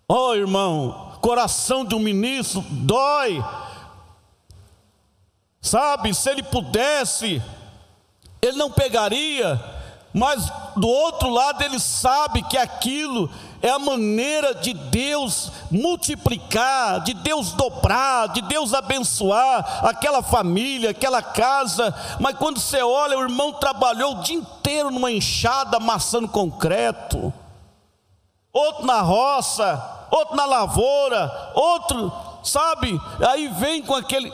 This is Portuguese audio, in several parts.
Oh, irmão, coração de um ministro dói. Sabe, se ele pudesse, ele não pegaria, mas do outro lado ele sabe que aquilo é a maneira de Deus multiplicar, de Deus dobrar, de Deus abençoar aquela família, aquela casa. Mas quando você olha, o irmão trabalhou o dia inteiro numa enxada amassando concreto, outro na roça, outro na lavoura, outro, sabe, aí vem com aquele...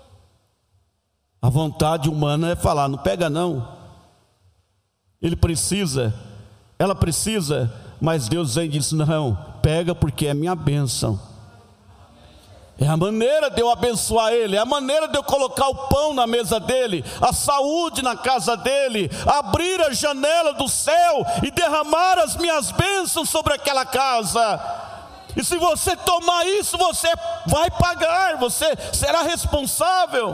A vontade humana é falar, não pega não. Ele precisa, ela precisa, mas Deus vem e diz, não, pega porque é minha bênção. É a maneira de eu abençoar ele, é a maneira de eu colocar o pão na mesa dele, a saúde na casa dele, abrir a janela do céu e derramar as minhas bênçãos sobre aquela casa. E se você tomar isso, você vai pagar, você será responsável.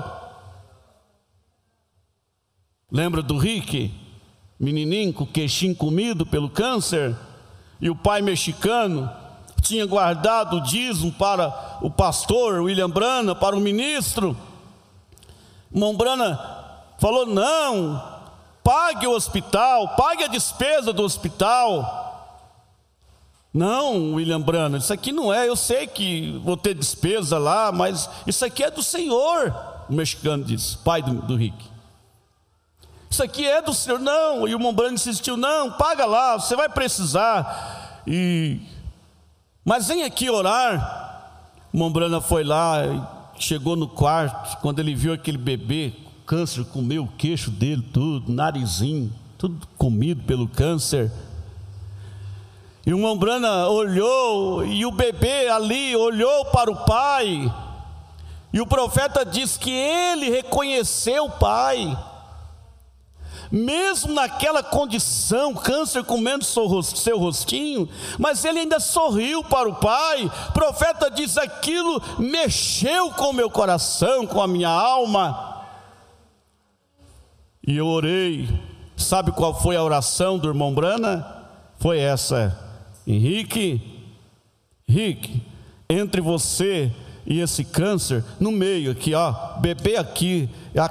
Lembra do Rick, menininho com o queixinho comido pelo câncer? E o pai mexicano tinha guardado o dízimo para o pastor William Brana, para o ministro. Irmão Brana falou, não, pague o hospital, pague a despesa do hospital. Não, William Brana, isso aqui não é, eu sei que vou ter despesa lá, mas isso aqui é do Senhor. O mexicano disse, pai do Rick. Isso aqui é do Senhor. Não, e o irmão Brana insistiu, não, paga lá, você vai precisar. Mas vem aqui orar. O irmão Brana foi lá, chegou no quarto, quando ele viu aquele bebê, câncer comeu o queixo dele, tudo, narizinho, tudo comido pelo câncer. E o irmão Brana olhou, e o bebê ali olhou para o pai, e o profeta diz que ele reconheceu o pai. Mesmo naquela condição, câncer comendo seu rostinho, mas ele ainda sorriu para o pai. O profeta diz, aquilo mexeu com o meu coração, com a minha alma. E eu orei. Sabe qual foi a oração do irmão Brana? Foi essa: Henrique, entre você e esse câncer, no meio aqui, ó, bebê aqui,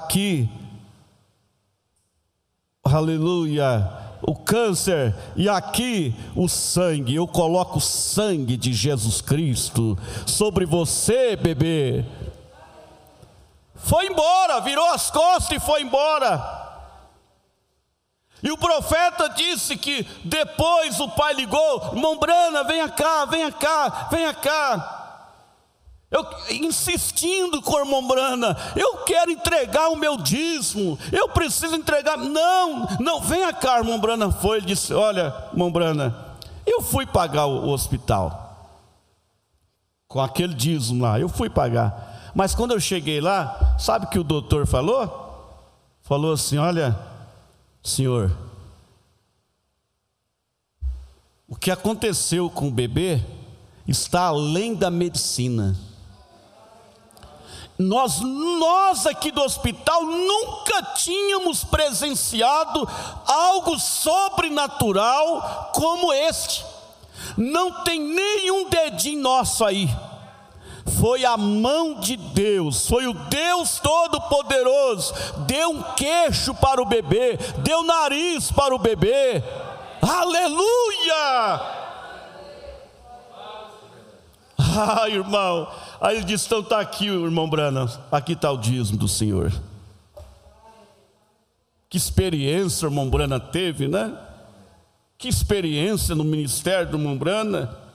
aleluia, o câncer, e aqui o sangue, eu coloco o sangue de Jesus Cristo sobre você, bebê. Foi embora, virou as costas e foi embora. E o profeta disse que depois o pai ligou, irmão Brana, venha cá. Eu insistindo com o irmão Brana, eu quero entregar o meu dízimo, eu preciso entregar. Não, venha cá. O irmão Brana foi, ele disse, olha, irmão Brana, eu fui pagar o hospital, com aquele dízimo lá, eu fui pagar. Mas quando eu cheguei lá, sabe o que o doutor falou? Falou assim, olha, senhor, o que aconteceu com o bebê está além da medicina. Nós aqui do hospital nunca tínhamos presenciado algo sobrenatural como este. Não tem nenhum dedinho nosso aí. Foi a mão de Deus, foi o Deus Todo-Poderoso. Deu um queixo para o bebê, deu nariz para o bebê. Aleluia! Irmão, aí ele disse, então está aqui o irmão Brana, aqui está o dízimo do Senhor. Que experiência o irmão Brana teve, né? Que experiência no ministério do irmão Brana.